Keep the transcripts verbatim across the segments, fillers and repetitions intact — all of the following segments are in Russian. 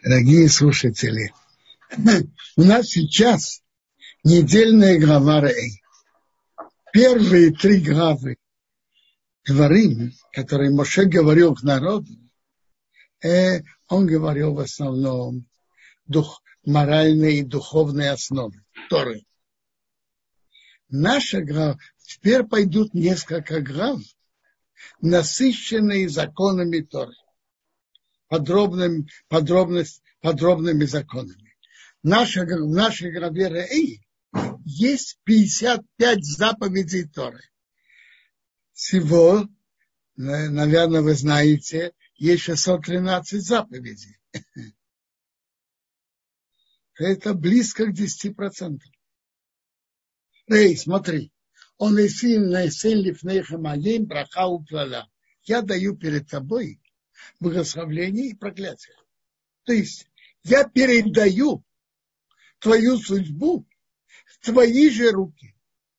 Дорогие слушатели, у нас сейчас недельная глава Рей. Первые три главы Дворим, которые Моше говорил к народу, э, он говорил в основном дух, моральные и духовные основы Торы. Наша глава, теперь пойдут несколько глав, насыщенные законами Торы, подробными, подробность, подробными законами. Наша, в нашей главе Рей есть пятьдесят пять заповедей Торы. Всего, наверное, вы знаете, есть шестьсот тринадцать заповедей. Это близко к десяти процентам. Эй, смотри. Он и сын на сын лифнейха моим браха уплала. Я даю перед тобой благословление и проклятие. То есть я передаю твою судьбу в твои же руки.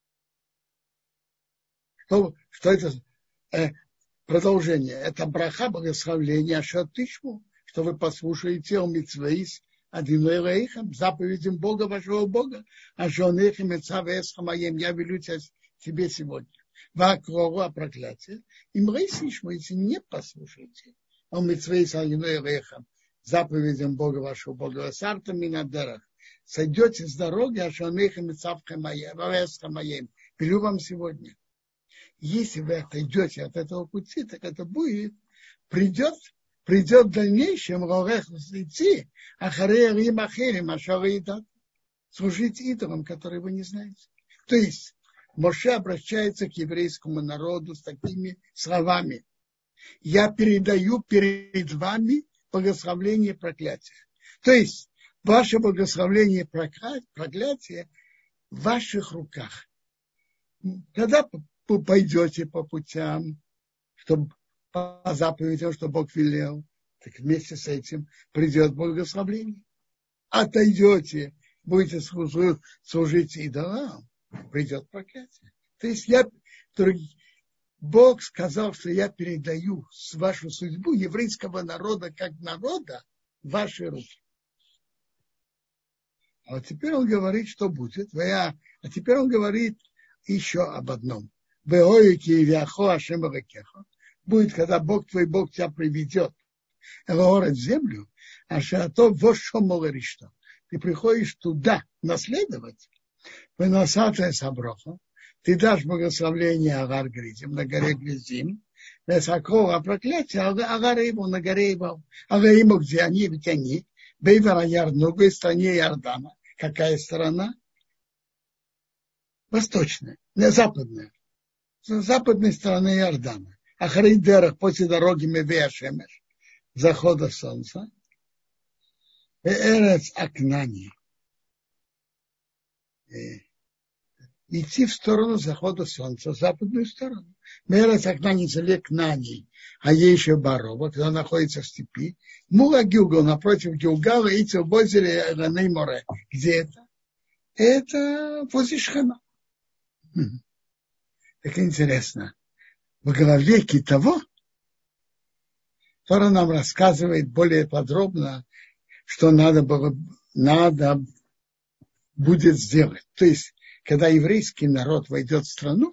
Что, что это? Э, продолжение. Это браха, благословление, ашот тишму, что вы послушаете о мицвеис адиной рейхам, заповедям Бога, вашего Бога, а жонехим и цавесхам моим, я велю тебе сегодня. Вакрову о проклятии. Им рейсишму, если не послушаете о мицвеис адиной рейхам, заповедям Бога, вашего Бога, сартам и надерах, сойдете с дороги, а жонехим и цавхам моим, велю вам сегодня. Если вы отойдете от этого пути, так это будет, придет, придет в дальнейшем идти, ахарея рим ахерим, ашариидат, служить идолам, которые вы не знаете. То есть Моше обращается к еврейскому народу с такими словами. Я передаю перед вами благословление и проклятие. То есть ваше благословление и проклятие в ваших руках. Когда вы пойдете по путям, чтобы по заповедям, что Бог велел, так вместе с этим придет благословение. Отойдете, будете служить, служить идолам, придет проклятие. То есть я, Бог сказал, что я передаю вашу судьбу еврейского народа как народа в ваши руки. А вот теперь он говорит, что будет. А теперь он говорит еще об одном. Будет, когда Бог твой Бог тебя приведет в землю, а то вот что молорешься. Ты приходишь туда наследовать, выносатая соброха, ты дашь благословение Агар Гризим, на горе Гризим, высокого проклятия Агар ему на горе его, Агар ему, где они, ведь они, Бейвара Ярнуга, в стране Иордана. Какая сторона? Восточная, не западная. С западной стороны Иордана. А Харидерах после дороги Мевея Шемеш, захода солнца. Эрец Акнани. Идти в сторону захода солнца, в западную сторону. Эрец Акнани залег на ней, а ей еще Барова, когда находится в степи. Мула Гилгал, напротив Гилгала, и в озере Раней Море. Где это? Это возле Шхема. Так интересно. В главе Китово Тора нам рассказывает более подробно, что надо было, надо будет сделать. То есть, когда еврейский народ войдет в страну,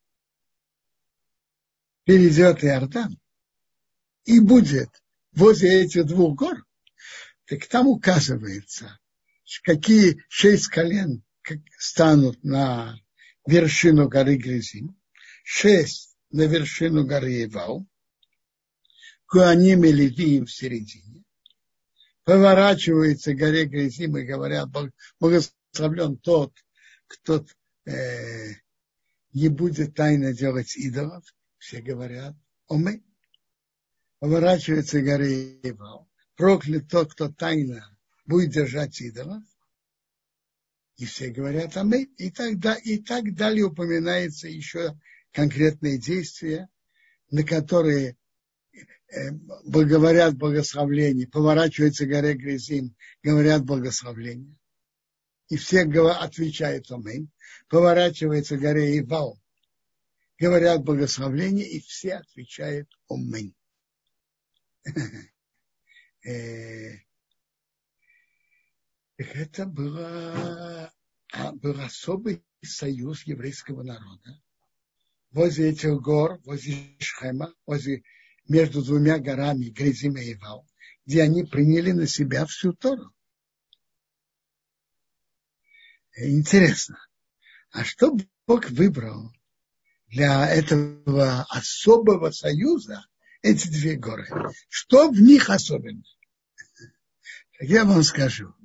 перейдет Иордан и будет возле этих двух гор, так там указывается, какие шесть колен станут на вершину горы Гризим, шесть на вершину горы Ивал, Куаним и Левиим в середине, поворачивается к горе Гризим и говорят, благословлен тот, кто э, не будет тайно делать идолов, все говорят, омей. Поворачивается к горе Ивал, проклят тот, кто тайно будет держать идолов, и все говорят аминь. И так, да, и так далее упоминается еще конкретные действия, на которые э, говорят благословление, поворачиваются к горе Гризим, говорят благословление. И все отвечают аминь. Поворачивается к горе Ивал, говорят благословение, и все отвечают аминь. Это было, был особый союз еврейского народа. Возле этих гор, возле Шхема, возле, между двумя горами Гризим и Ивал, где они приняли на себя всю Тору. Интересно, а что Бог выбрал для этого особого союза, эти две горы? Что в них особенно? Я вам скажу.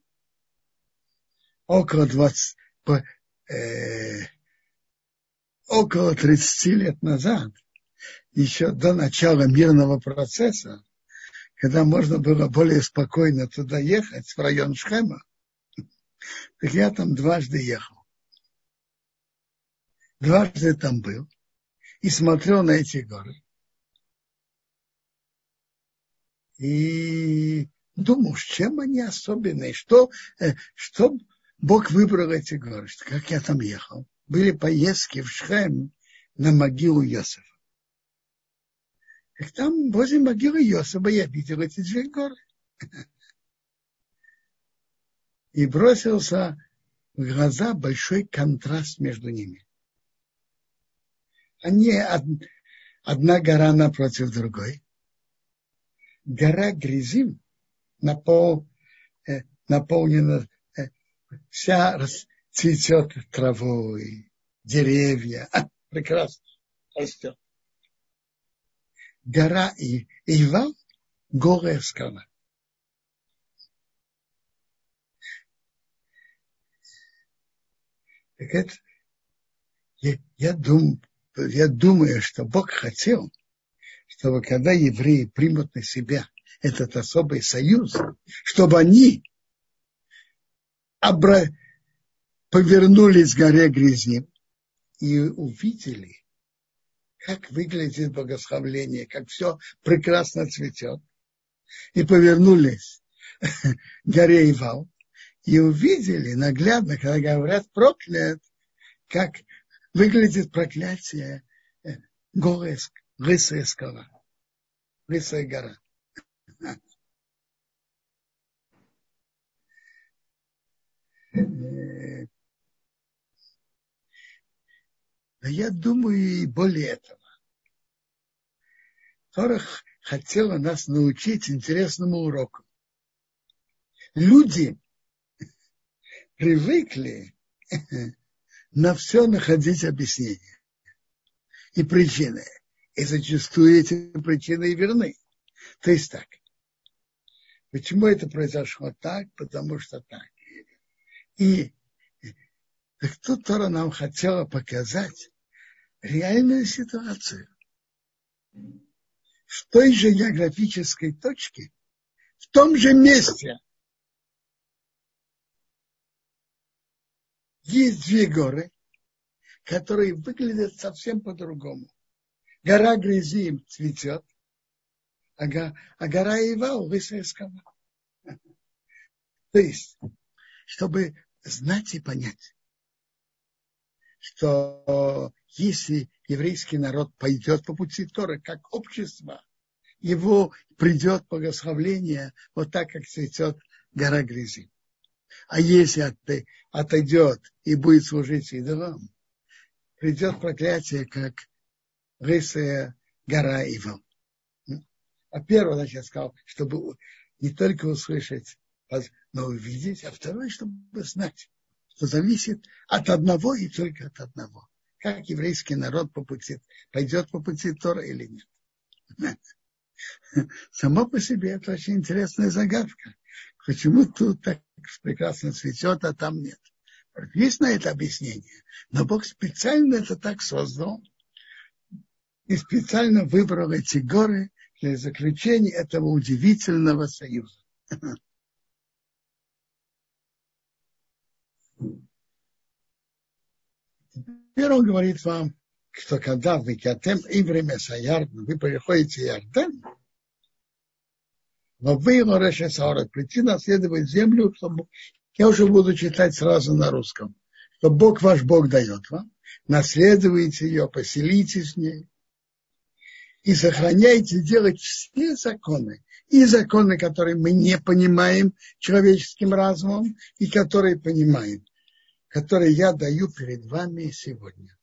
Около двадцати, э, около тридцати лет назад, еще до начала мирного процесса, когда можно было более спокойно туда ехать, в район Шхема, так я там дважды ехал. Дважды там был и смотрел на эти горы. И думал, чем они особенные, что, что Бог выбрал эти горы, как я там ехал. Были поездки в Шхем на могилу Йосефа. Как там возле могилы Йосефа я видел эти две горы. И бросился в глаза большой контраст между ними. Они одна гора напротив другой. Гора Гризим напол, э, наполнена, э, вся цветет травой, деревья. А, прекрасно растет. Гора и Ивал – голая скала. Так это, я, я, дум, я думаю, что Бог хотел, чтобы когда евреи примут на себя этот особый союз, чтобы они обра... повернулись к горе Гризим и увидели, как выглядит богословление, как все прекрасно цветет, и повернулись к горе Ивал и увидели наглядно, когда говорят проклят, как выглядит проклятие горы, лысая скала, лысая гора. Но я думаю и более этого. Тора хотела нас научить интересному уроку. Люди привыкли на все находить объяснение и причины. И зачастую эти причины и верны. То есть так. Почему это произошло так? Потому что так. И так тут Тора нам хотела показать реальную ситуацию. В той же географической точке, в том же месте есть две горы, которые выглядят совсем по-другому. Гора Гризим цветет, а, го, а гора Ивал лысая скала. То есть, чтобы знать и понять, что если еврейский народ пойдет по пути Торы, как общество, его придет благословление вот так, как цветет гора Гризим. А если отойдет и будет служить идолам, придет проклятие, как лысая гора Ивал. А первое, значит, я сказал, чтобы не только услышать, но увидеть, а второе, чтобы знать, что зависит от одного и только от одного. Как еврейский народ по пути, пойдет по пути Тора или нет. Само по себе это очень интересная загадка. Почему тут так прекрасно цветет, а там нет? Есть на это объяснение. Но Бог специально это так создал и специально выбрал эти горы для заключения этого удивительного союза. Теперь он говорит вам, что когда вы катем и время Саярдан, вы переходите Иордан, но вы его решите прийти наследовать землю, чтобы я уже буду читать сразу на русском, что Бог ваш Бог дает вам, наследуйте ее, поселитесь в ней. и сохраняйте делать все законы. И законы, которые мы не понимаем человеческим разумом, и которые понимаем, которые я даю перед вами сегодня.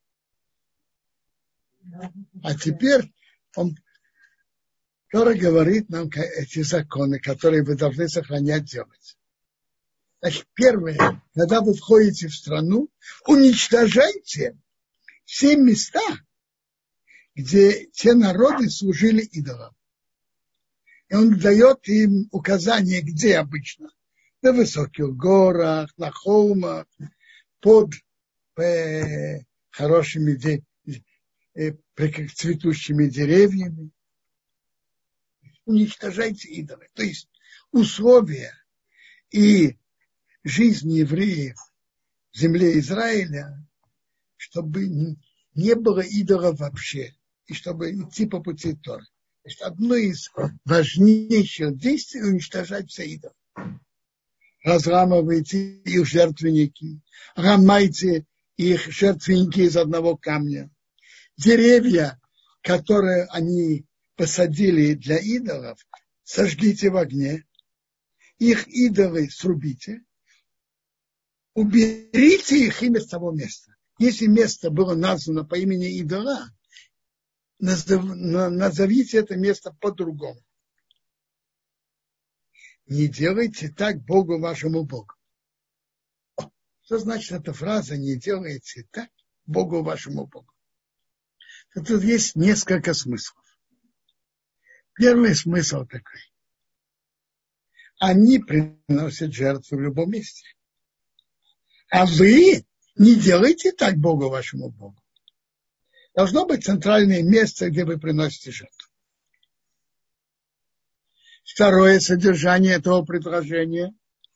А теперь он Тора говорит нам эти законы, которые вы должны сохранять, делать. Значит, первое, когда вы входите в страну, уничтожайте все места, где те народы служили идолам. И он дает им указания, где обычно. На высоких горах, на холмах, под э, хорошими де, э, цветущими деревьями. Уничтожайте идолы. То есть условия и жизнь евреев в земле Израиля, чтобы не было идолов вообще, и чтобы идти по пути Торы. Значит, одно из важнейших действий — уничтожать все идолы. Разламывайте их жертвенники, ломайте их жертвенники из одного камня. Деревья, которые они посадили для идолов, сожгите в огне. Их идолы срубите. Уберите их имя с того места. Если место было названо по имени идола, назовите это место по-другому. Не делайте так Богу вашему Богу. Что значит эта фраза «не делайте так Богу вашему Богу»? Тут есть несколько смыслов. Первый смысл такой. Они приносят жертву в любом месте. А вы не делайте так Богу вашему Богу. Должно быть центральное место, где вы приносите жертву. Второе содержание этого предложения,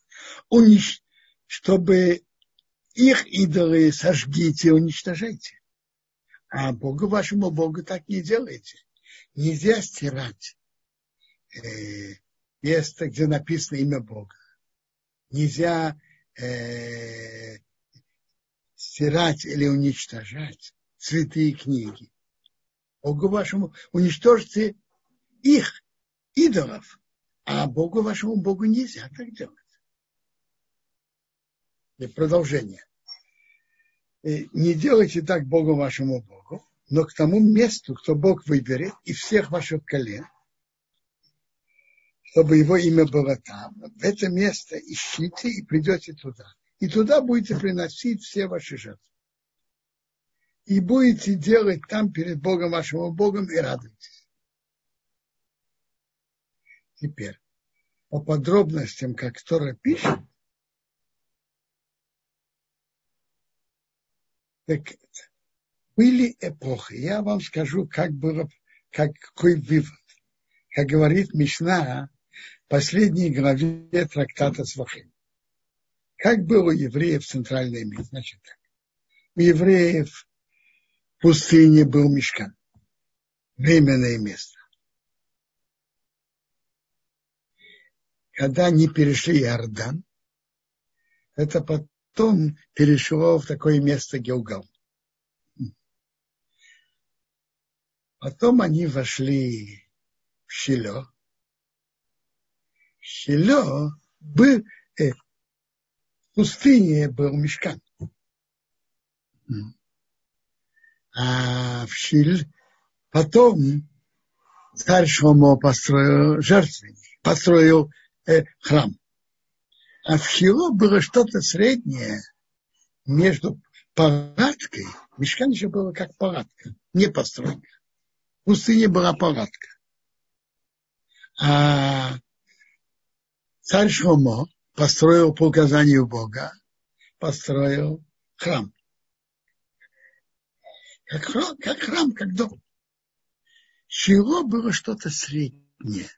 чтобы их идолы сожгите и уничтожайте. А Богу вашему Богу так не делайте. Нельзя стирать э, место, где написано имя Бога. Нельзя э, стирать или уничтожать святые книги. Богу вашему уничтожьте их, идолов, а Богу вашему Богу нельзя так делать. И продолжение. Не делайте так Богу вашему Богу, но к тому месту, кто Бог выберет из всех ваших колен, чтобы его имя было там. В это место ищите и придете туда. И туда будете приносить все ваши жертвы. И будете делать там перед Богом вашим Богом и радуйтесь. Теперь, по подробностям, как Тора пишет, так были эпохи. Я вам скажу, как было, как, какой вывод. Как говорит Мишна, в последней главе трактата Свахим. Как было у евреев в центральной мире? Значит так. У евреев в пустыне был мишкан. Временное место. Когда они перешли Иордан, это потом перешло в такое место Гилгал. Потом они вошли в Шило. Шило был, э, в пустыне был мишкан. А в Шило потом царь Шломо построил жертвенник, построил э, храм. А в Шило было что-то среднее между палаткой. Мишкан еще было как палатка, не постройка. В пустыне была палатка. А царь Шломо построил по указанию Бога, построил храм. Как храм, как храм, как дом. Шило было что-то среднее.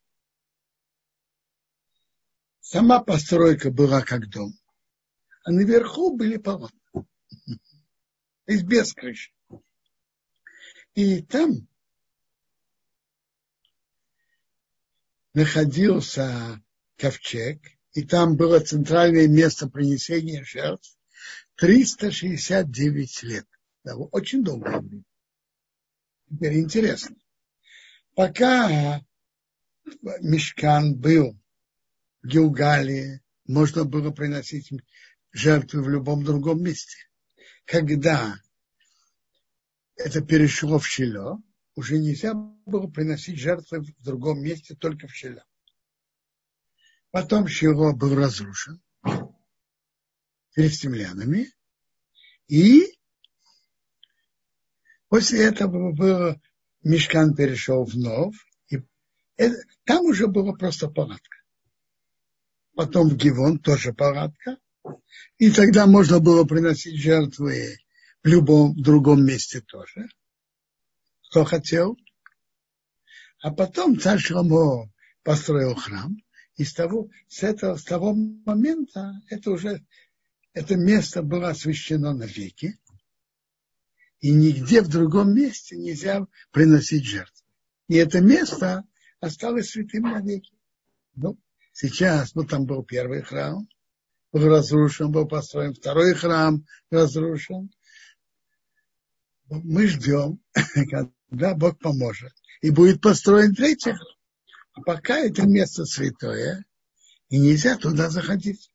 Сама постройка была как дом, а наверху были полотна. То есть без крыши. И там находился ковчег, и там было центральное место принесения жертв триста шестьдесят девять лет. Да, очень долгое время. Теперь интересно. Пока мишкан был в Гилгале, можно было приносить жертвы в любом другом месте. Когда это перешло в Шило, уже нельзя было приносить жертвы в другом месте, только в Шило. Потом Шило был разрушен филистимлянами, и после этого был, мишкан перешел в Нов, и это, там уже была просто палатка. Потом в Гивон тоже палатка, и тогда можно было приносить жертвы в любом другом месте тоже, кто хотел. А потом царь Шломо построил храм, и с того, с этого, с того момента это уже это место было освящено навеки, и нигде в другом месте нельзя приносить жертвы. И это место осталось святым навеки. Ну, сейчас, ну, там был первый храм, был разрушен, был построен второй храм, разрушен. Мы ждем, когда Бог поможет, и будет построен третий храм. А пока это место святое, и нельзя туда заходить.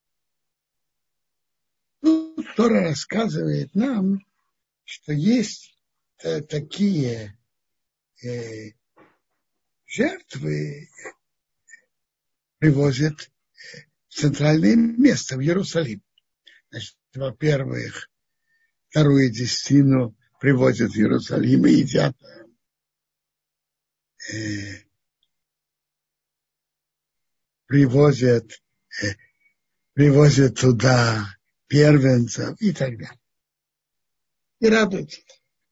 Тут Тора рассказывает нам, что есть э, такие э, жертвы, привозят в центральное место, в Иерусалим. Значит, во-первых, вторую десятину привозят в Иерусалим и едят. Э, привозят, э, привозят туда первенцев и так далее. И радуются.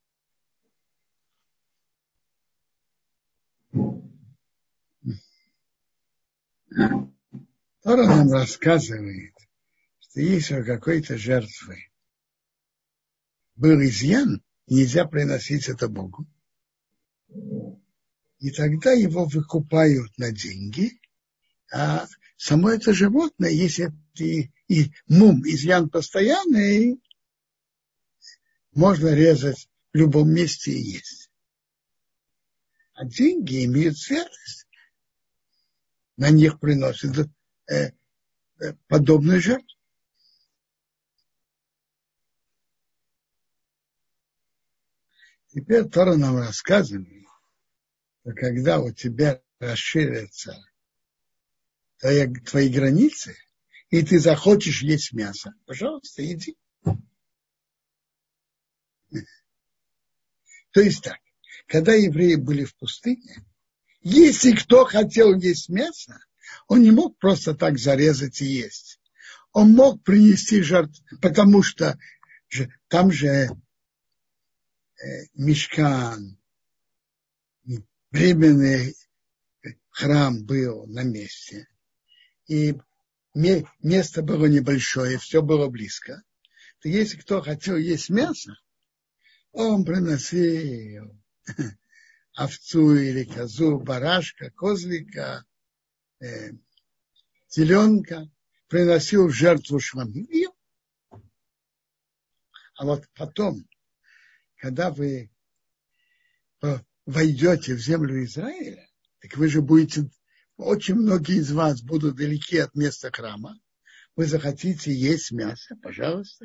Тора нам рассказывает, что если у какой-то жертвы был изъян, нельзя приносить это Богу. И тогда его выкупают на деньги, а само это животное, если и, и мум, изъян постоянный, можно резать в любом месте и есть. А деньги имеют святость. На них приносят э, э, подобную жертву. Теперь Тора нам рассказывает, что когда у тебя расширятся твои, твои границы, и ты захочешь есть мясо, пожалуйста, иди. То есть так, когда евреи были в пустыне, если кто хотел есть мясо, он не мог просто так зарезать и есть. Он мог принести жертву, потому что же, там же э, мишкан, временный храм был на месте. И место было небольшое, все было близко. То если кто хотел есть мясо, он приносил овцу или козу, барашка, козлика, э, теленка, приносил в жертву шламим. А вот потом, когда вы войдете в землю Израиля, так вы же будете, очень многие из вас будут далеки от места храма, вы захотите есть мясо, пожалуйста.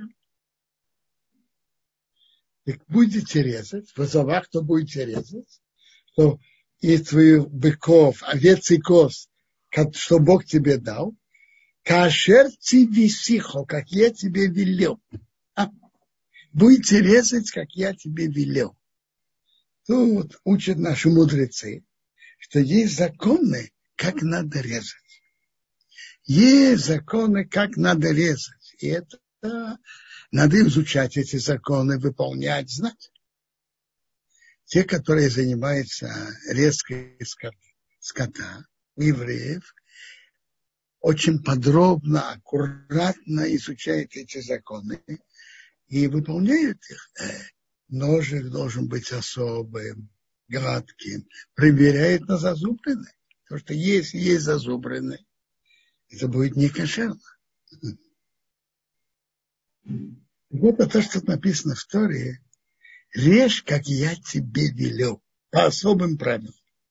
Так будете резать, в азовах, то будете резать, что из твоих быков, овец и коз, что Бог тебе дал, кашер цивисихо, как я тебе велел. А? Будете резать, как я тебе велел. Тут учат наши мудрецы, что есть законы, как надо резать. Есть законы, как надо резать. И это надо изучать эти законы, выполнять, знать. Те, которые занимаются резкой скота, евреев, очень подробно, аккуратно изучают эти законы и выполняют их. Ножик должен быть особым, гладким, проверяет на зазубрины. Потому что если есть зазубрины, это будет не кошерно. Это то, что написано в Торе. Режь, как я тебе велел, по особым правилам.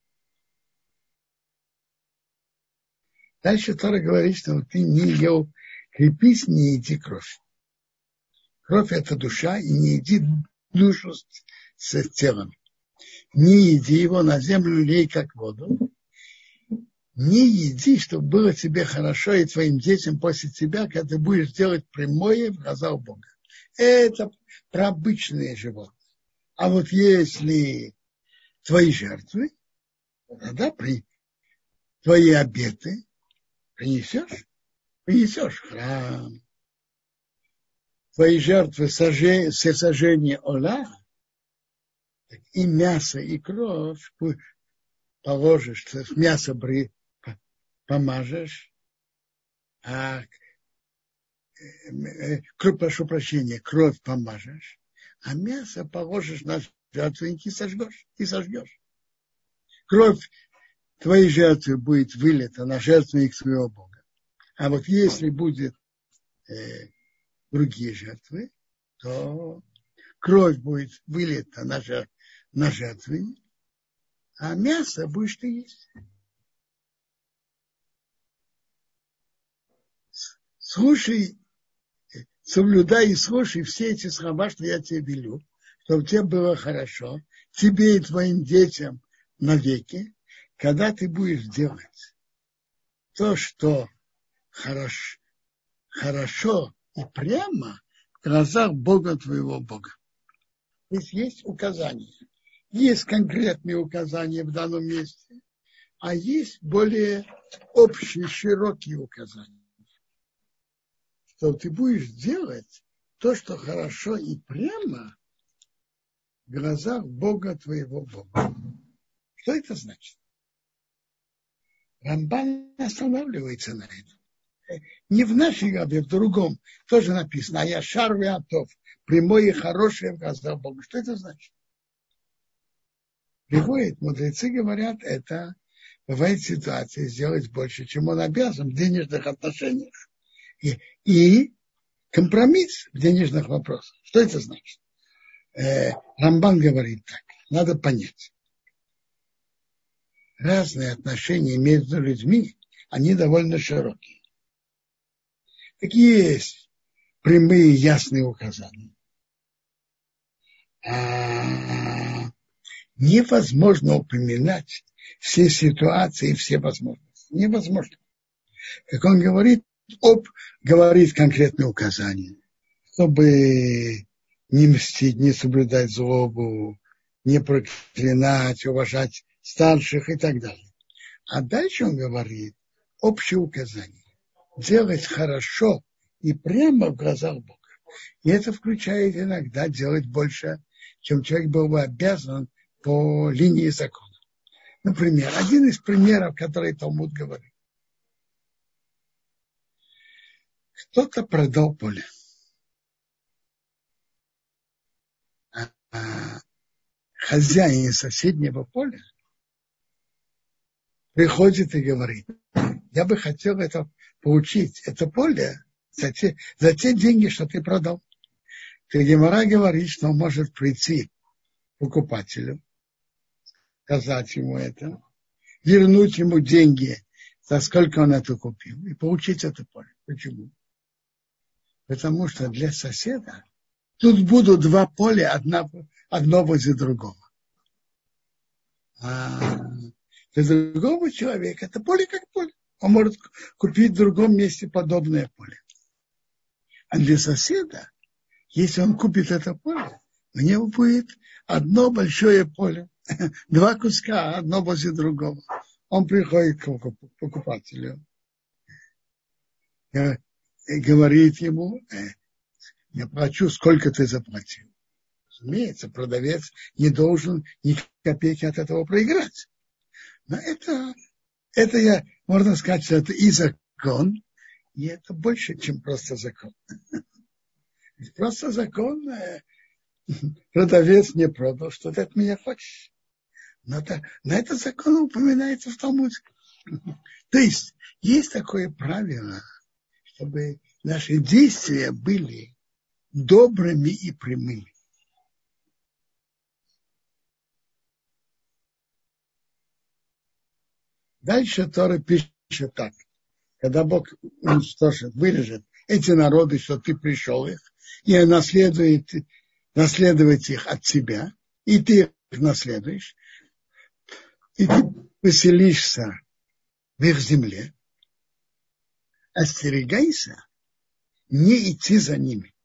Дальше Тора говорит, что ты не ел, крепись, не еди кровь. Кровь – это душа, и не еди душу с, с телом. Не еди его, на землю лей, как воду. Не еди, чтобы было тебе хорошо и твоим детям после тебя, когда ты будешь делать прямое в глазах Бога. Это про обычные животные. А вот если твои жертвы, тогда при твои обеты принесешь, принесешь в храм. Твои жертвы сожжения, всесожжения Ола, и мясо, и кровь положишь, мясо помажешь, а прошу прощения, кровь помажешь, а мясо положишь на жертвенник и сожжешь, и сожжешь. Кровь твоей жертвы будет вылита на жертвенник своего Бога. А вот если будет э, другие жертвы, то кровь будет вылита на, жертв, на жертвенник, а мясо будешь ты есть. Слушай, соблюдай и слушай все эти слова, что я тебе велю, чтобы тебе было хорошо, тебе и твоим детям навеки, когда ты будешь делать то, что хорошо, хорошо и прямо в глазах Бога твоего Бога. Здесь есть указания. Есть конкретные указания в данном месте, а есть более общие, широкие указания. Что ты будешь делать то, что хорошо и прямо в глазах Бога твоего Бога. Что это значит? Рамбан останавливается на этом. Не в нашей главе, в другом тоже написано, а я шар веатов, прямое и хорошее в глазах Бога. Что это значит? Приводит, мудрецы говорят, это бывает ситуация сделать больше, чем он обязан в денежных отношениях. И, и компромисс в денежных вопросах. Что это значит? Э, Рамбан говорит так, надо понять. Разные отношения между людьми, они довольно широкие. Такие есть прямые, ясные указания. А невозможно упоминать все ситуации, все возможности. Невозможно. Как он говорит, об, говорит конкретные указания, чтобы не мстить, не соблюдать злобу, не проклинать, уважать старших и так далее. А дальше он говорит общие указания. Делать хорошо и прямо в глазах Бога. И это включает иногда делать больше, чем человек был бы обязан по линии закона. Например, один из примеров, который Талмуд говорит. Кто-то продал поле. А, а хозяин соседнего поля приходит и говорит, я бы хотел это получить, это поле за те, за те деньги, что ты продал. Гемара говорит, что он может прийти покупателю, сказать ему это, вернуть ему деньги, за сколько он это купил, и получить это поле. Почему? Потому что для соседа тут будут два поля, одно, одно возле другого. А для другого человека это поле как поле. Он может купить в другом месте подобное поле. А для соседа, если он купит это поле, у него будет одно большое поле, два куска, одно возле другого. Он приходит к покупателю и говорит ему, я плачу, сколько ты заплатил. Разумеется, продавец не должен ни копейки от этого проиграть. Но это, это я, можно сказать, что это и закон, и это больше, чем просто закон. Просто закон, продавец не продал, что ты от меня хочешь. Но это, на это закон упоминается в Талмуде. То есть, есть такое правило, чтобы наши действия были добрыми и прямыми. Дальше Тора пишет так. когда Бог уничтожит, вырежет эти народы, что ты пришел их, и наследует, наследовать их от тебя, и ты их наследуешь, и ты поселишься в их земле, остерегайся не идти за ними.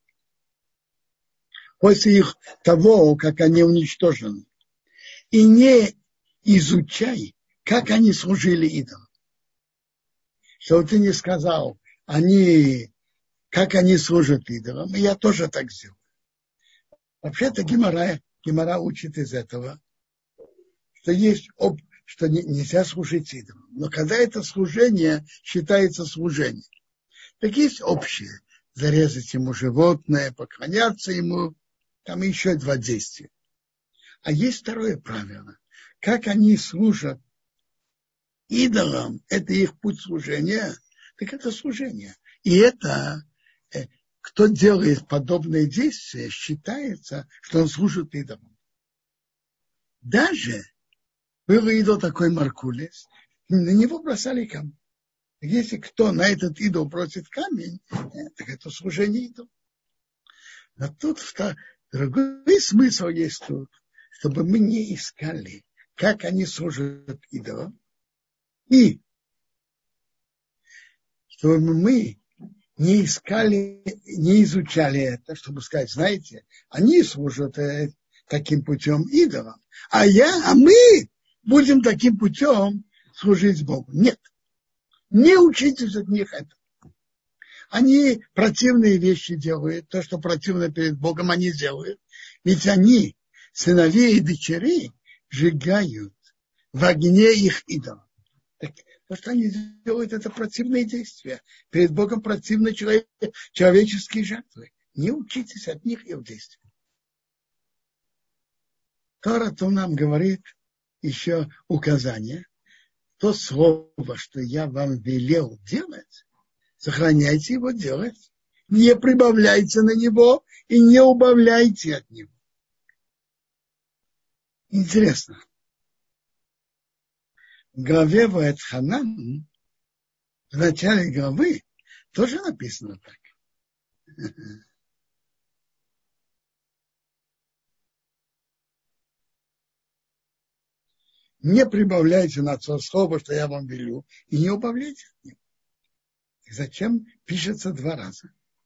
После их того, как они уничтожены. И не изучай, как они служили идолам. Что ты не сказал, они, как они служат идолам, и я тоже так сделал. Вообще-то Гемара, Гемара учит из этого, что есть об, что не, нельзя служить идолам. Но когда это служение считается служением, так есть общее. Зарезать ему животное, поклоняться ему, там еще два действия. А есть второе правило. Как они служат идолам, это их путь служения, так это служение. И это, кто делает подобные действия, считается, что он служит идолам. Даже был идол такой Маркулес, на него бросали камень. Если кто на этот идол бросит камень, так это служение идолу. Но тут другой смысл есть тут, чтобы мы не искали, как они служат идолам, и чтобы мы не искали, не изучали это, чтобы сказать, знаете, они служат таким путем идолам, а я, а мы будем таким путем служить Богу. Нет. Не учитесь от них это. Они противные вещи делают, то, что противно перед Богом, они делают. Ведь они, сыновей и дочерей, сжигают в огне их идолов. Так, то, что они делают, это противные действия. Перед Богом противны человек, человеческие жертвы. Не учитесь от них их действий. Тора то нам говорит еще указание. То слово, что я вам велел делать, сохраняйте его делать. Не прибавляйте на него и не убавляйте от него. Интересно. В главе Ваэтханан, в начале главы, тоже написано так. Не прибавляйте на то слово, что я вам велю, и не убавляйте от него. И зачем пишется два раза?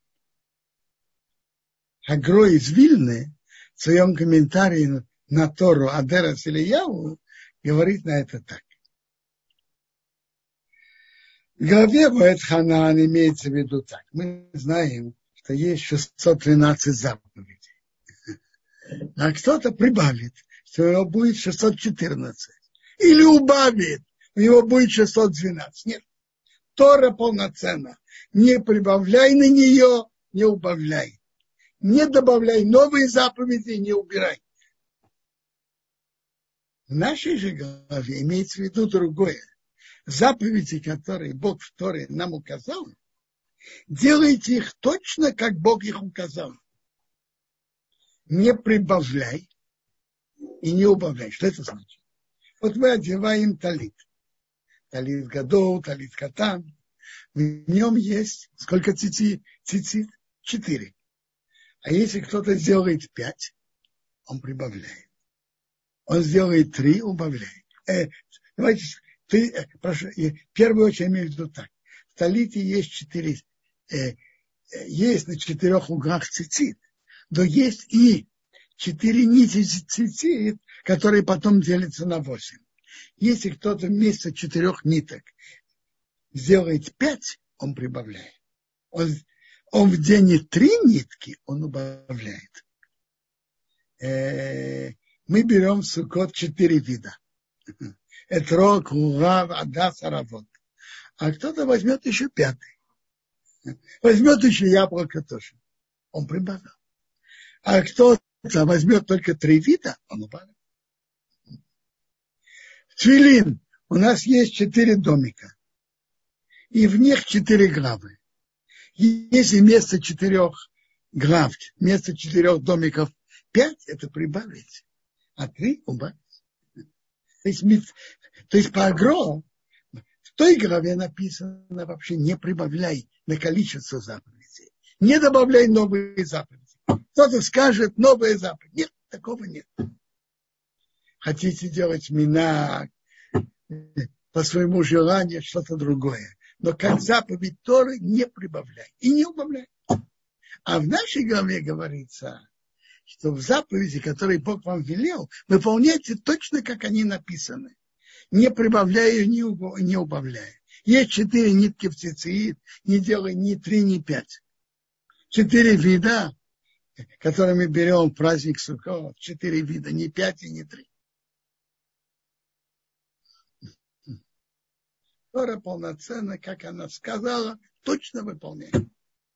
Агро из Вильны в своем комментарии на Тору Адерес Ильяу говорит на это так. В главе Ваэтханан имеется в виду так. Мы знаем, что есть шестьсот тринадцать заповедей. А кто-то прибавит, что у него будет шестьсот четырнадцать. Или убавит, у него будет шестьсот двенадцать. Нет. Тора полноценна. Не прибавляй на нее, не убавляй. Не добавляй новые заповеди, не убирай. В нашей же главе имеется в виду другое. Заповеди, которые Бог в Торе нам указал, делайте их точно, как Бог их указал. Не прибавляй и не убавляй. Что это значит? Вот мы одеваем талит. Талит гадол, талит катан. В нем есть сколько цицит? Цицит? Четыре. А если кто-то сделает пять, он прибавляет. Он сделает три, убавляет. Э, давайте, ты, э, прошу, э, в первую очередь имею в виду так. В талите есть четыре, э, э, есть на четырех углах цицит, но есть и четыре нити цицит, которые потом делятся на восемь. Если кто-то вместо четырех ниток сделает пять, он прибавляет. Он, он вденет три нитки, он убавляет. Э, мы берем в Суккот четыре вида. Этрог, лугав, адас, аравот. А кто-то возьмет еще пятый. Возьмет еще яблоко тоже. Он прибавил. А кто-то возьмет только три вида, он убавил. Тфилин. У нас есть четыре домика. И в них четыре главы. Если вместо четырех глав, вместо четырех домиков пять, это прибавить. А три убавить. То есть, то есть по агро, В той главе написано вообще не прибавляй на количество заповедей. Не добавляй новые заповеди. Кто-то скажет новые заповеди. Нет, такого нет. Хотите делать мина по своему желанию, что-то другое. Но как заповедь Торы не прибавляй и не убавляй. А в нашей главе говорится, что в заповеди, которые Бог вам велел, выполняйте точно, как они написаны. Не прибавляя, не убавляя. Есть четыре нитки в цицит, не делай ни три, ни пять. Четыре вида, которые мы берем в праздник Суккот, четыре вида, не пять и не три. Тора полноценно, как она сказала, точно выполняет.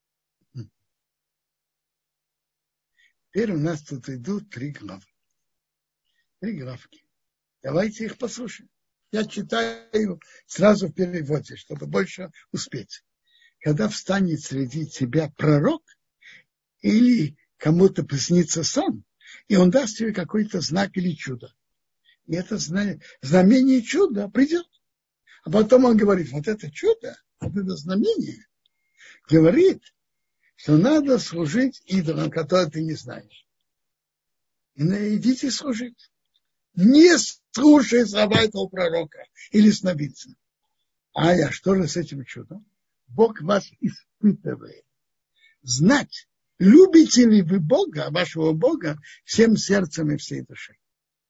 Теперь у нас тут идут три главы. Три главки. Давайте их послушаем. Я читаю сразу в переводе, чтобы больше успеть. Когда встанет среди тебя пророк, или кому-то приснится сон, и он даст тебе какой-то знак или чудо. И это знамение чуда придет. А потом он говорит, вот это чудо, вот это знамение, говорит, что надо служить идолам, которые ты не знаешь. И идите служить. Не слушай слова этого пророка или сновидца. А я что же с этим чудом? Бог вас испытывает. Знать, любите ли вы Бога, вашего Бога, всем сердцем и всей душой.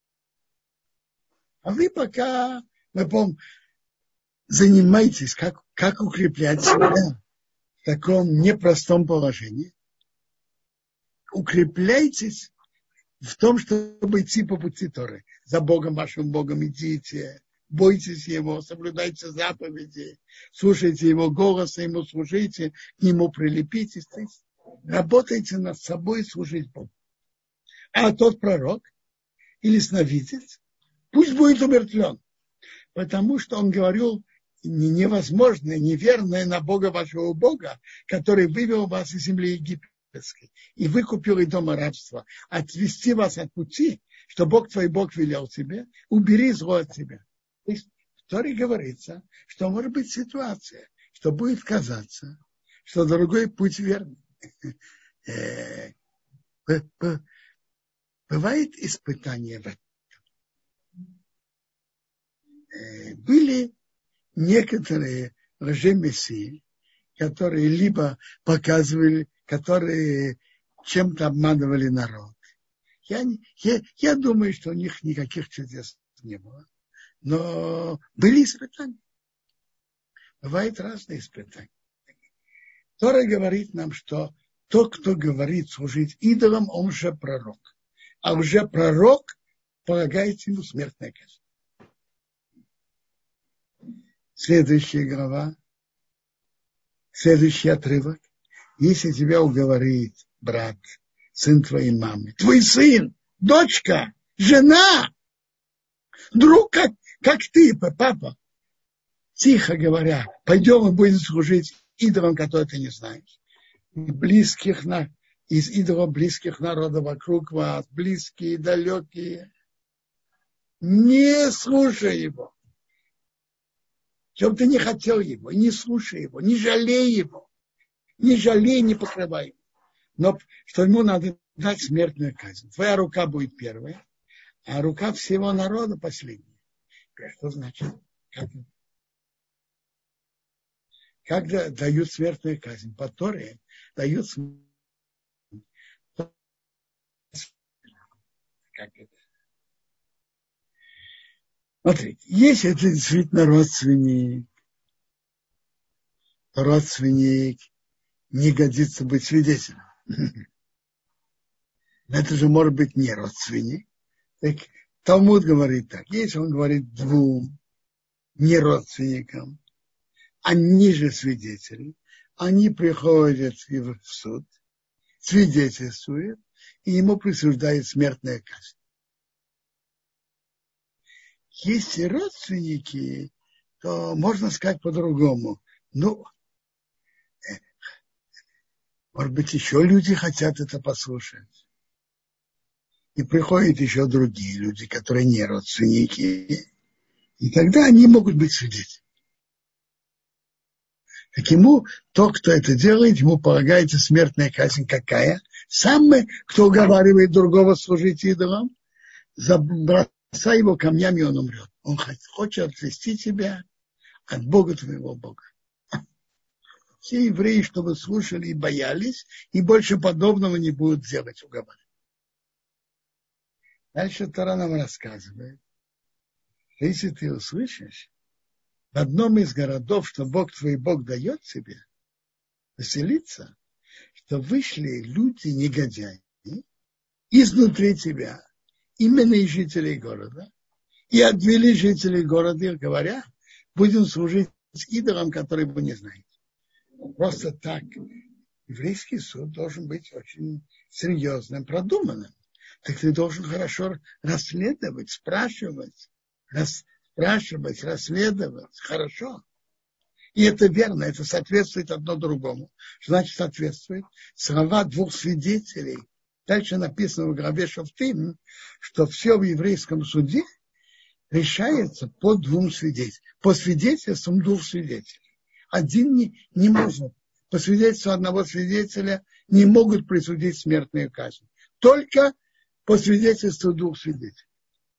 А вы пока, мы помним, занимайтесь, как, как укреплять себя в таком непростом положении. Укрепляйтесь в том, чтобы идти по пути Торы. За Богом, вашим Богом идите, бойтесь Его, соблюдайте заповеди, слушайте Его голос, Ему служите, к Нему прилепитесь. Работайте над собой, служить Богу. А тот пророк или сновидец, пусть будет умертвлен, потому что он говорил невозможное, неверное на Бога вашего Бога, который вывел вас из земли египетской и выкупил из дома рабства, отвести вас от пути, что Бог твой Бог велел тебе, убери зло от тебя. То есть в Торе говорится, что может быть ситуация, что будет казаться, что другой путь верный. Бывает испытание в этом. Были некоторые лжемессии, которые либо показывали, которые чем-то обманывали народ. Я, я, я думаю, что у них никаких чудес не было. Но были испытания. Бывают разные испытания. Тора говорит нам, что тот, кто говорит служить идолам, он же пророк. А уже пророк полагается ему смертная казнь. Следующая глава, следующий отрывок. Если тебя уговорит брат, сын твоей мамы, твой сын, дочка, жена, друг, как, как ты, папа, тихо говоря, пойдем и будем служить идолам, которые ты не знаешь. Близких, из идолов близких народов вокруг вас, близкие, далекие. Не слушай его. Чем ты не хотел его, не слушай его, не жалей его. Не жалей, не покрывай его. Но что ему надо дать смертную казнь. Твоя рука будет первая, а рука всего народа последняя. Что значит? Как, как дают смертную казнь? По Торе дают смертную казнь. Как это? Смотрите, если это действительно родственник, то родственник не годится быть свидетелем. Это же может быть не родственник. Так, Талмуд говорит так, если он говорит двум не родственникам, они же свидетели, они приходят в суд, свидетельствуют, и ему присуждает смертная казнь. Если родственники, то можно сказать по-другому. Ну, может быть, еще люди хотят это послушать. И приходят еще другие люди, которые не родственники. И тогда они могут быть свидетелями. Так ему, тот, кто это делает, ему полагается смертная казнь какая? Самый, кто уговаривает другого служить идолам, забросай его камнями, он умрет. Он хочет отвести тебя от Бога твоего Бога. Все евреи, чтобы слушали и боялись, и больше подобного не будут делать, уговаривать. Дальше Тора нам рассказывает, что если ты услышишь в одном из городов, что Бог твой Бог дает тебе поселиться, что вышли люди негодяи изнутри тебя, именно из жителей города, и отвели жителей города, говоря, будем служить идолам, которые вы не знаете. Просто так еврейский суд должен быть очень серьезным, продуманным. Так ты должен хорошо расследовать, спрашивать, рас, спрашивать, расследовать. Хорошо. И это верно, это соответствует одно другому. Что значит соответствует? Слова двух свидетелей. Дальше написано в главе Шофтим, что все в еврейском суде решается по двум свидетелям. По свидетельствам двух свидетелей. Один не, не может. По свидетельству одного свидетеля не могут присудить смертную казнь. Только по свидетельству двух свидетелей.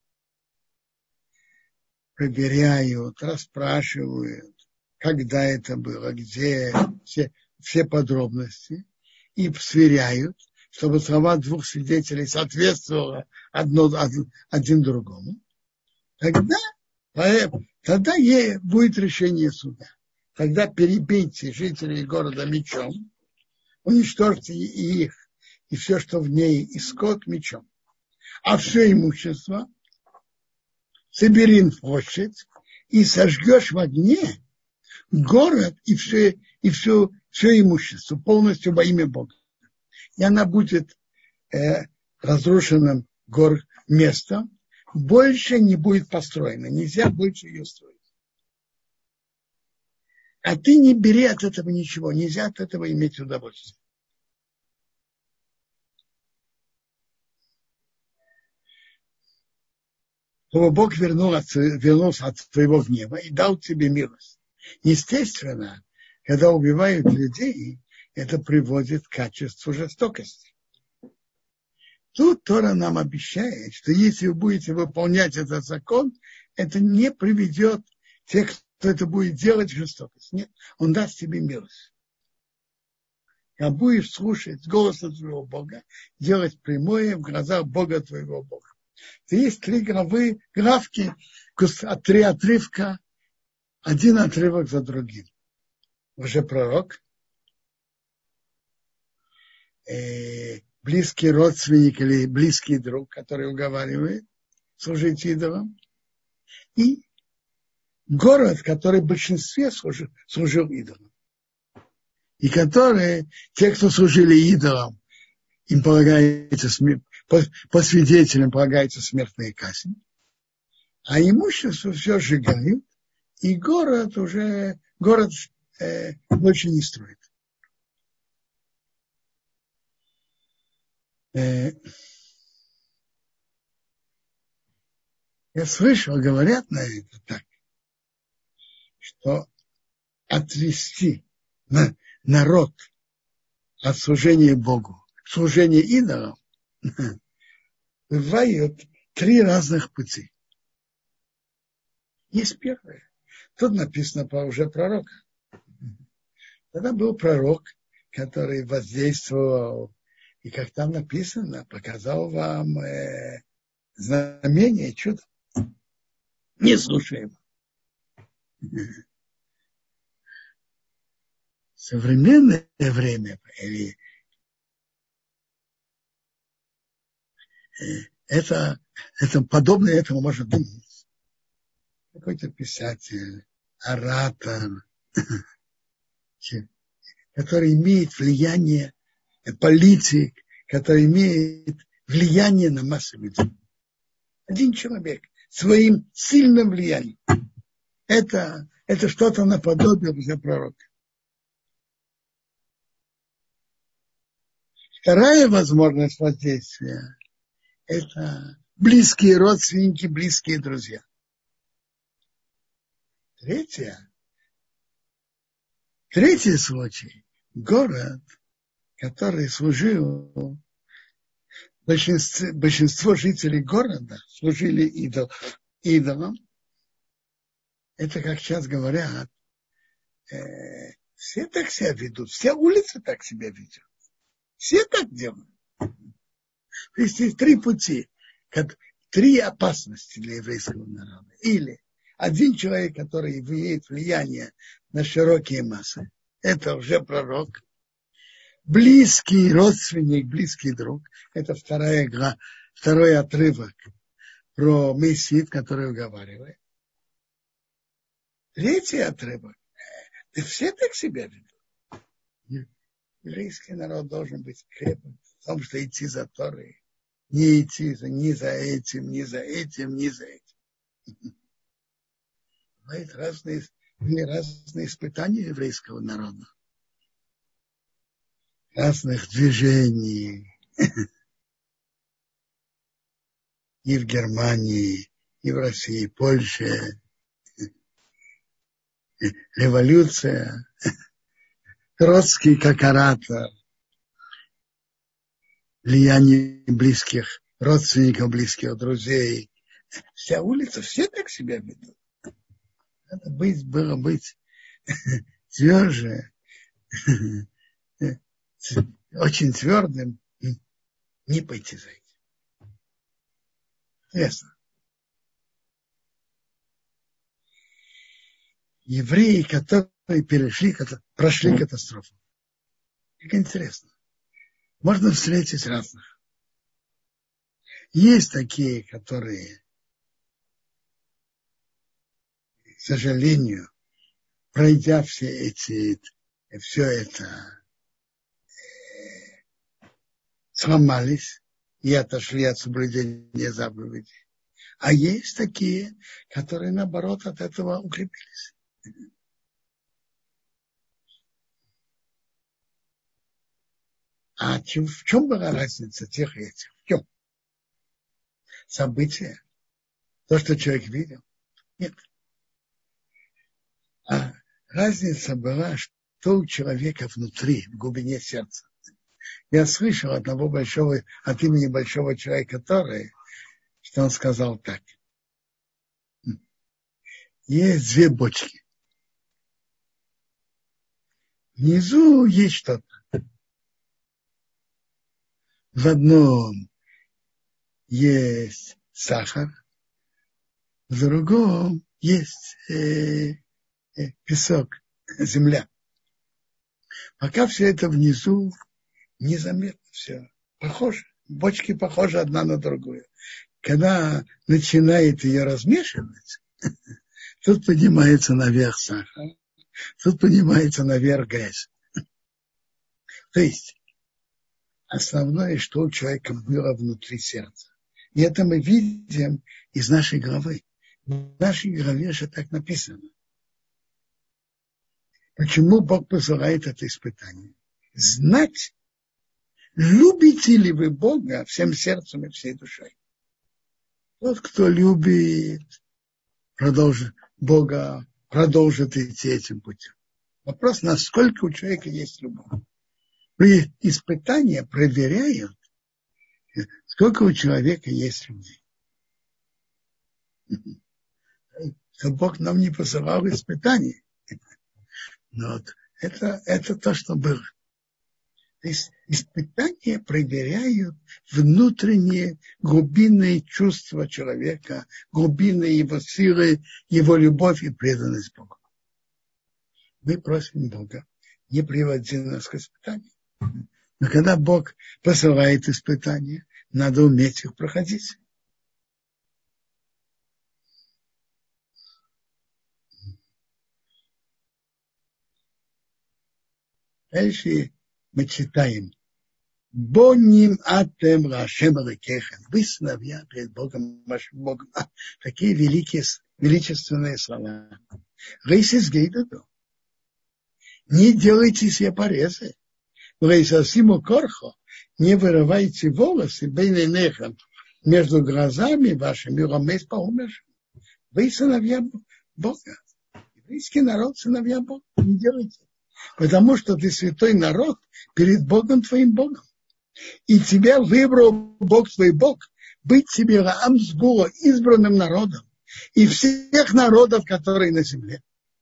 Проверяют, расспрашивают, когда это было, где, все, все подробности. И сверяют, чтобы слова двух свидетелей соответствовали одно, один, один другому. Тогда, тогда будет решение суда. Тогда перебейте жителей города мечом, уничтожьте и их, и все, что в ней, и скот мечом. А все имущество собери в площадь и сожгешь в огне город и все, и все, все имущество полностью во имя Бога. И она будет э, разрушенным гор местом, больше не будет построена, нельзя больше ее строить. А ты не бери от этого ничего, нельзя от этого иметь удовольствие. Чтобы Бог вернул от, вернулся от своего гнева и дал тебе милость. Естественно, когда убивают людей, это приводит к качеству жестокости. Тут Тора нам обещает, что если вы будете выполнять этот закон, это не приведет тех, кто это будет делать, в жестокость. Нет, он даст тебе милость. А будешь слушать голоса твоего Бога, делать прямое в глазах Бога твоего Бога. Есть три главы, графки, три отрывка, один отрывок за другим. Уже пророк, э, близкий родственник или близкий друг, который уговаривает служить идолам, и город, который в большинстве служил, служил идолам. И которые, те, кто служили идолам, им полагается смерть, по, по свидетелям полагается смертная казнь. А имущество все сжигают, и город уже, город э, больше не строит. Э, я слышал, говорят на это так, что отвести на народ от служения Богу, служения идолам, бывают три разных пути. Есть первое. Тут написано про уже пророка. Тогда был пророк, который воздействовал, и как там написано, показал вам э, знамение, чудо. Не слушаем. Современное время, или это, это подобное этому может быть. Какой-то писатель, оратор, который имеет влияние, политик, который имеет влияние на массы людей. Один человек своим сильным влиянием. Это, это что-то наподобие уже пророка. Вторая возможность воздействия – это близкие родственники, близкие друзья. Третья Третий случай. Город, который служил, большинство, большинство жителей города служили идол, идолам. Это, как сейчас говорят, э, все так себя ведут, вся улица так себя ведет. Все так делают. То есть есть три пути, как, три опасности для еврейского народа. Или один человек, который имеет влияние на широкие массы, это уже пророк. Близкий родственник, близкий друг, это вторая игра, второй отрывок про Мессид, который уговаривает. Третий отрывок, да все так себя ведут. Еврейский народ должен быть крепким в том, что идти за Торой, не идти за, ни за этим, ни за этим, ни за этим. Бывают разные, разные испытания еврейского народа. Разных движений. И в Германии, и в России, и Польше. Революция. Троцкий как оратор. Влияние близких родственников, близких друзей. Вся улица, все так себя ведут. Надо быть, было быть тверже, очень твердым, не пойти за этим. Ясно. Евреи, которые перешли, прошли катастрофу. Как интересно. Можно встретить разных. Есть такие, которые, к сожалению, пройдя все эти, все это, сломались и отошли от соблюдения заповедей. А есть такие, которые, наоборот, от этого укрепились. А в чем была разница тех и этих? В чем? События? То, что человек видел? Нет. А разница была, что у человека внутри, в глубине сердца. Я слышал от одного большого, от имени большого человека, который, что он сказал так. Есть две бочки. Внизу есть что-то. В одном есть сахар, в другом есть э, э, песок, земля. Пока все это внизу, незаметно все. Похоже. Бочки похожи одна на другую. Когда начинает ее размешивать, тут поднимается наверх сахар, тут поднимается наверх грязь. То есть основное, что у человека было внутри сердца. И это мы видим из нашей главы. В нашей главе же так написано. Почему Бог посылает это испытание? Знать, любите ли вы Бога всем сердцем и всей душой. Тот, кто любит продолжит, Бога, продолжит идти этим путем. Вопрос, насколько у человека есть любовь. При испытании проверяют, сколько у человека есть любви. Что Бог нам не посылал испытаний. Но вот это, это то, что было. То есть испытания проверяют внутренние глубинные чувства человека, глубинные его силы, его любовь и преданность Богу. Мы просим Бога не приводить нас к испытаниям. Но когда Бог посылает испытания, надо уметь их проходить. Дальше мы читаем. Боним атем рашем рекехен. Вы сыновья перед Богом, вашим Богом. А, такие великие, величественные слова. Рейсис гейдаду. Не делайте себе порезы. Рейсасиму корхо. Не вырывайте волосы бейненехан между глазами вашими. Ромес поумершим. Вы сыновья Бога. Еврейский народ сыновья Бога. Не делайте. Потому что ты святой народ перед Богом твоим Богом. И тебя выбрал Бог твой Бог быть тебе Раам Сгула, избранным народом, и всех народов, которые на земле.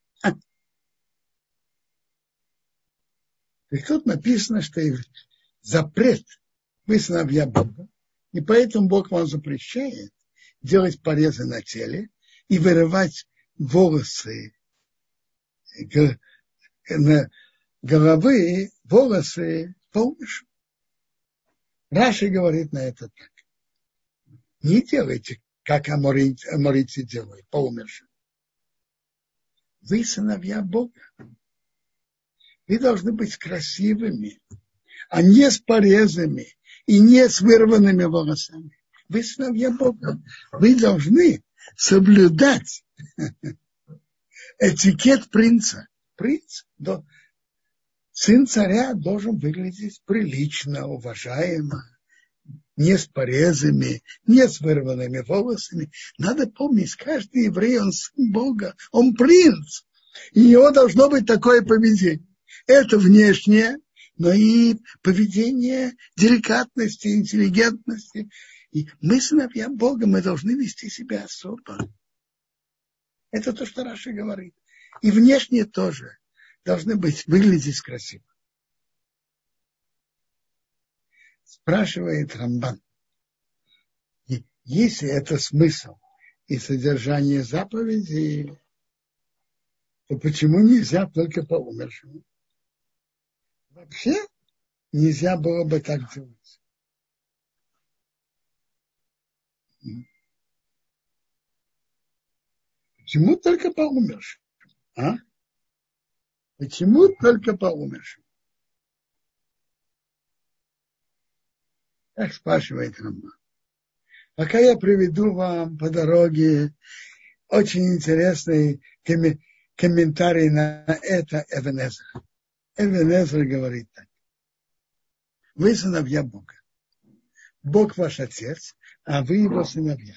И тут написано, что запрет вы сыновья Бога, и поэтому Бог вам запрещает делать порезы на теле и вырывать волосы на головы, волосы по умершим. Раши говорит на это так. Не делайте, как аморийцы, аморийцы делают, по умершим. Вы сыновья Бога. Вы должны быть красивыми, а не с порезами и не с вырванными волосами. Вы сыновья Бога. Вы должны соблюдать этикет принца. Принц, да, сын царя должен выглядеть прилично, уважаемо, не с порезами, не с вырванными волосами. Надо помнить, каждый еврей, он сын Бога, он принц. И у него должно быть такое поведение. Это внешнее, но и поведение деликатности, интеллигентности. И мы, сыновья Бога, мы должны вести себя особо. Это то, что Раши говорит. И внешне тоже должны быть, выглядеть красиво. Спрашивает Рамбан, если это смысл и содержание заповедей, то почему нельзя только по умершему? Вообще нельзя было бы так делать. Почему только по умершим? А? Почему только по умершим? Так спрашивает Рамбан. Пока я приведу вам по дороге очень интересный комментарий на это Эбен Эзра. Эбен Эзра говорит так. Вы сыновья Бога. Бог ваш отец, а вы его сыновья.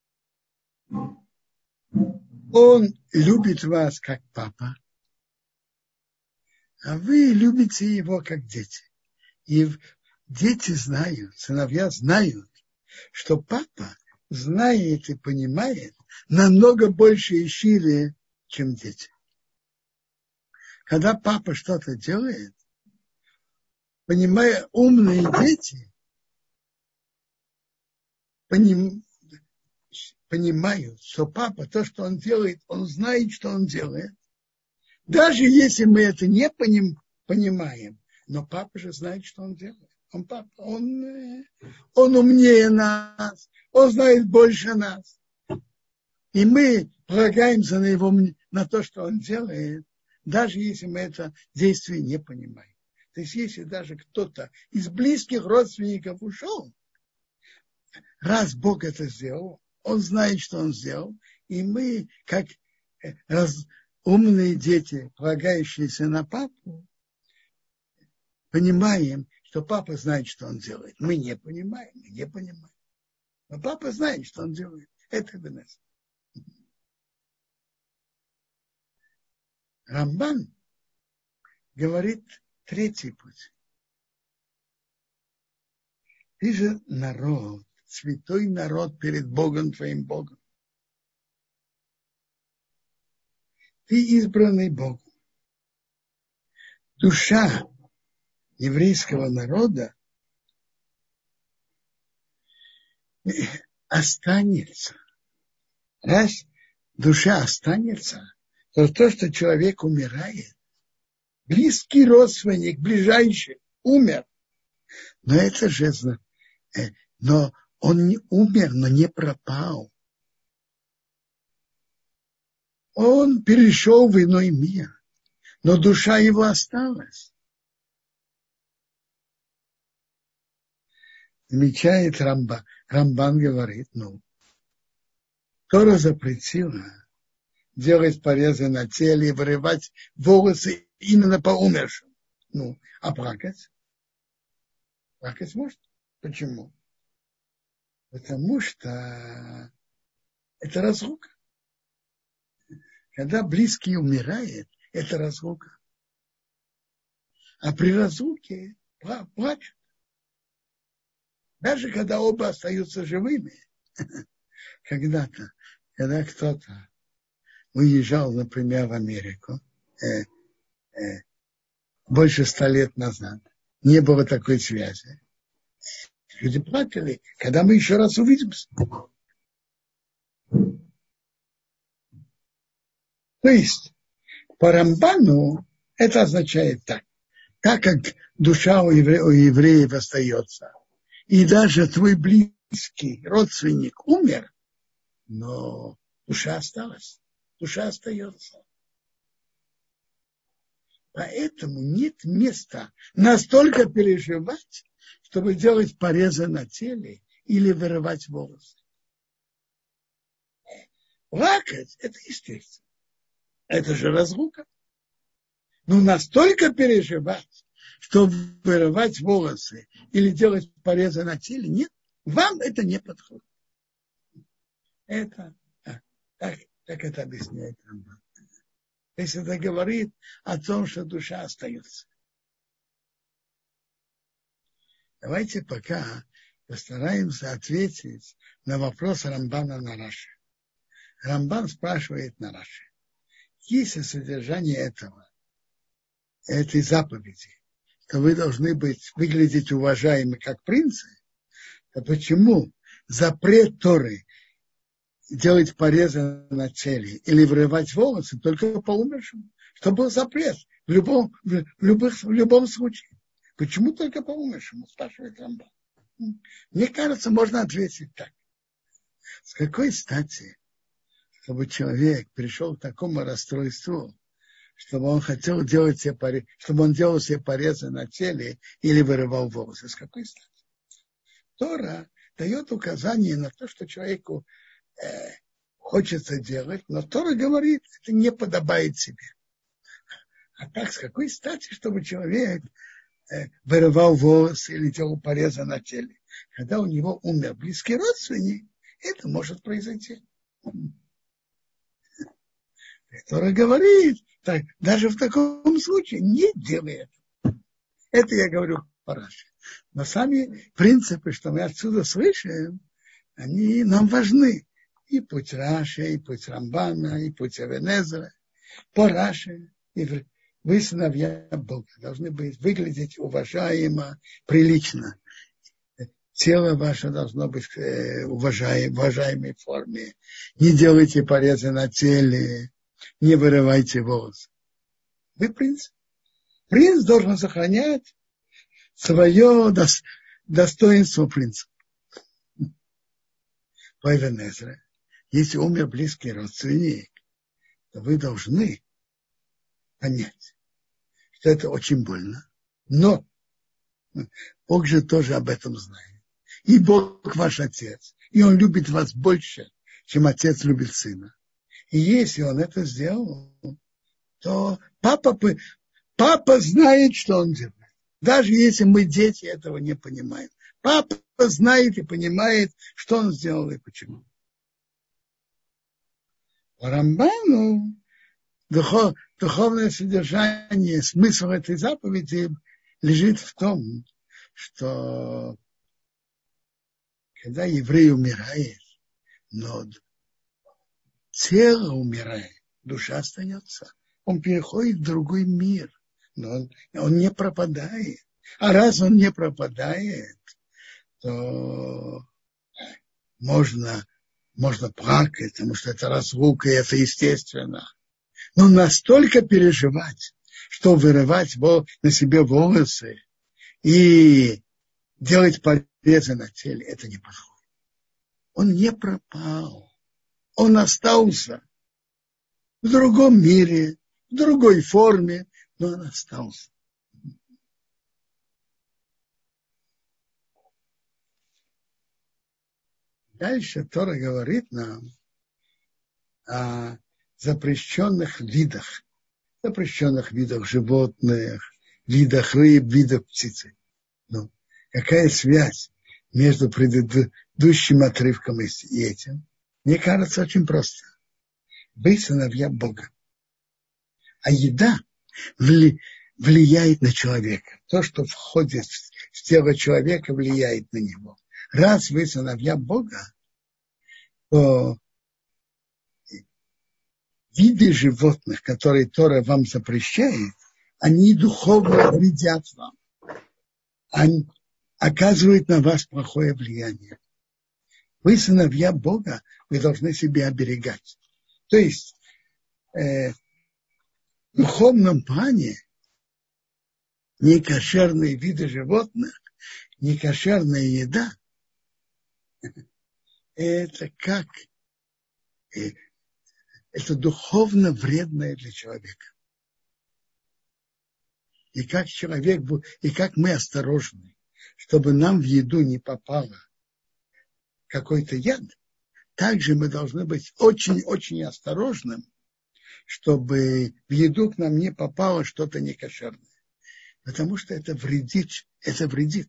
Он любит вас как папа, а вы любите его как дети. И дети знают, сыновья знают, что папа знает и понимает намного больше и шире, чем дети. Когда папа что-то делает, понимая, умные дети поним, понимают, что папа, то, что он делает, он знает, что он делает. Даже если мы это не поним, понимаем, но папа же знает, что он делает. Он папа, он, он умнее нас, он знает больше нас. И мы полагаемся на его, на то, что он делает, даже если мы это действие не понимаем. То есть, если даже кто-то из близких родственников ушел, раз Бог это сделал, он знает, что он сделал, и мы, как раз, умные дети, полагающиеся на папу, понимаем, что папа знает, что он делает. Мы не понимаем, мы не понимаем. Но папа знает, что он делает. Это Бенес. Рамбан говорит третий путь. Ты же народ, святой народ перед Богом твоим Богом. Ты избранный Богом. Душа еврейского народа останется. Раз душа останется, то то, что человек умирает, близкий родственник, ближайший, умер. Но это же, но он не умер, но не пропал. Он перешел в иной мир, но душа его осталась. Замечает Рамбан, Рамбан говорит, ну, Тора запретила делать порезы на теле и вырывать волосы именно по умершим. Ну, а плакать? Плакать можно. Почему? Потому что это разлука. Когда близкий умирает, это разлука. А при разлуке плачут. Даже когда оба остаются живыми. Когда-то, когда кто-то уезжал, например, в Америку, э, э, больше ста лет назад, не было такой связи. Люди плакали, когда мы еще раз увидимся. То есть, по Рамбану это означает так. Так как душа у, евре, у евреев остается, и даже твой близкий родственник умер, но душа осталась, душа остается. Поэтому нет места настолько переживать, чтобы делать порезы на теле или вырывать волосы. Плакать – это естественно. Это же разлука. Но настолько переживать, чтобы вырывать волосы или делать порезы на теле, нет, вам это не подходит. Это, а, так, так это объясняет Рамбан. Если это говорит о том, что душа остается. Давайте пока постараемся ответить на вопрос Рамбана на Раши. Рамбан спрашивает на Раши, если содержание этого, этой заповеди, то вы должны быть, выглядеть уважаемы как принцы, то почему запрет Торы делать порезы на теле или вырывать волосы только по умершему? Что был запрет в любом, в, любых, в любом случае. Почему только по умершему, спрашивает Рамбан. Мне кажется, можно ответить так. С какой стати, чтобы человек пришел к такому расстройству, чтобы он хотел делать себе порезы, чтобы он делал себе порезы на теле или вырывал волосы? С какой стати? Тора дает указание на то, что человеку э, хочется делать, но Тора говорит, это не подобает себе. А так, с какой стати, чтобы человек э, вырывал волосы или делал порезы на теле? Когда у него умер близкий родственник, это может произойти. Тора говорит, так, даже в таком случае не делай это. Это я говорю по Раши. Но сами принципы, что мы отсюда слышим, они нам важны. И путь Раши, и путь Рамбана, и путь Эвен Эзра. По Раши, и вы, сыновья Бога, должны быть, выглядеть уважаемо, прилично. Тело ваше должно быть в уважаемой форме. Не делайте порезы на теле, не вырывайте волосы. Вы принц. Принц должен сохранять свое достоинство принца. По Эвен Эзра, если умер близкий родственник, то вы должны понять, что это очень больно. Но Бог же тоже об этом знает. И Бог ваш отец. И он любит вас больше, чем отец любит сына. И если он это сделал, то папа, папа знает, что он делает. Даже если мы, дети, этого не понимаем. Папа знает и понимает, что он сделал и почему. По Рамбану духов, духовное содержание, смысл этой заповеди лежит в том, что когда еврей умирает, но тело умирает, душа остается. Он переходит в другой мир, но он, он не пропадает. А раз он не пропадает, то можно, можно плакать, потому что это разлука, и это естественно. Но настолько переживать, что вырывать на себе волосы и делать порезы на теле, это не подходит. Он не пропал. Он остался в другом мире, в другой форме, но он остался. Дальше Тора говорит нам о запрещенных видах, запрещенных видах животных, видах рыб, видах птицы. Ну, какая связь между предыдущим отрывком и этим? Мне кажется, очень просто. Вы сыновья Бога. А еда, влияет на человека. То, что входит в тело человека, влияет на него. Раз вы сыновья Бога, то виды животных, которые Тора вам запрещает, они духовно вредят вам. Они оказывают на вас плохое влияние. Вы сыновья Бога, вы должны себя оберегать. То есть э, в духовном плане некошерные виды животных, некошерная еда, это как, э, это духовно вредное для человека. И как человек, и как мы осторожны, чтобы нам в еду не попало какой-то яд, также мы должны быть очень-очень осторожным, чтобы в еду к нам не попало что-то некошерное. Потому что это вредит, это вредит.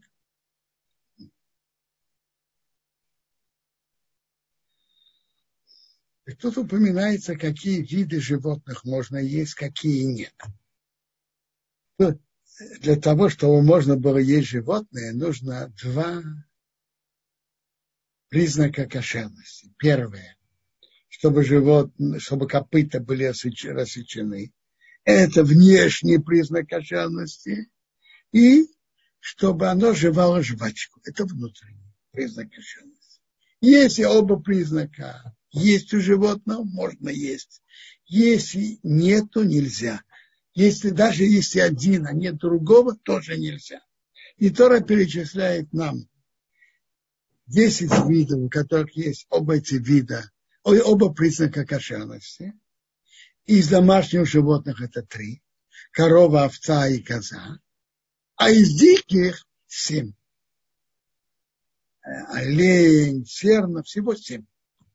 И тут упоминается, какие виды животных можно есть, какие нет. Для того, чтобы можно было есть животные, нужно два признака кошерности. Первое, чтобы, животные, чтобы копыта были рассечены. Это внешний признак кошерности. И чтобы оно жевало жвачку. Это внутренний признак кошерности. Если оба признака есть у животного, можно есть. Если нету, нельзя. Если даже если один, а нет другого, тоже нельзя. И Тора перечисляет нам десять видов, у которых есть оба эти вида, оба признака кошерности. Из домашних животных это три. Корова, овца и коза. А из диких семь. Олень, серна, всего семь.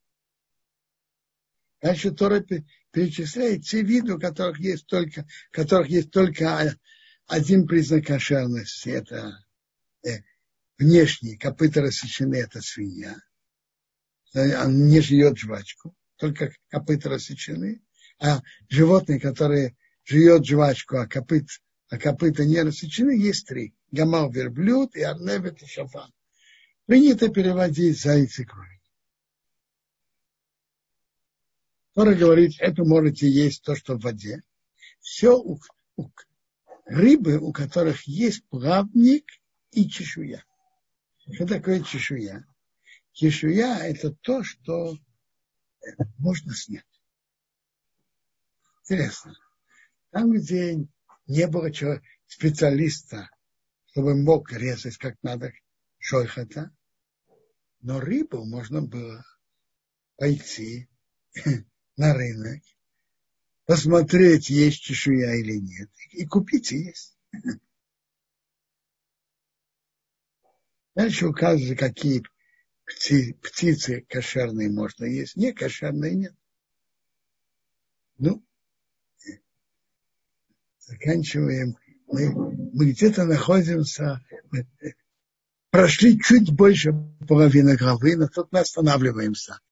Дальше Тора перечисляет те виды, у которых есть только, у которых есть только один признак кошерности. Это внешний, копыта рассечены, это свинья. Она не жует жвачку, только копыта рассечены. А животные, которые жуют жвачку, а копыт, а копыта не рассечены, есть три. Гамал, верблюд, и арневет, и шафан. Принято переводить заяц и кролик. Тора говорит, это можете есть то, что в воде. Все у, у рыбы, у которых есть плавник и чешуя. Что такое чешуя? Чешуя – это то, что можно снять. Интересно. Там, где не было специалиста, чтобы мог резать как надо шойхата, но рыбу можно было пойти на рынок, посмотреть, есть чешуя или нет, и купить и есть. Дальше указывают, какие пти, птицы кошерные можно есть, не кошерные нет. Ну, заканчиваем. Мы, мы где-то находимся, мы прошли чуть больше половины главы, но тут мы останавливаемся.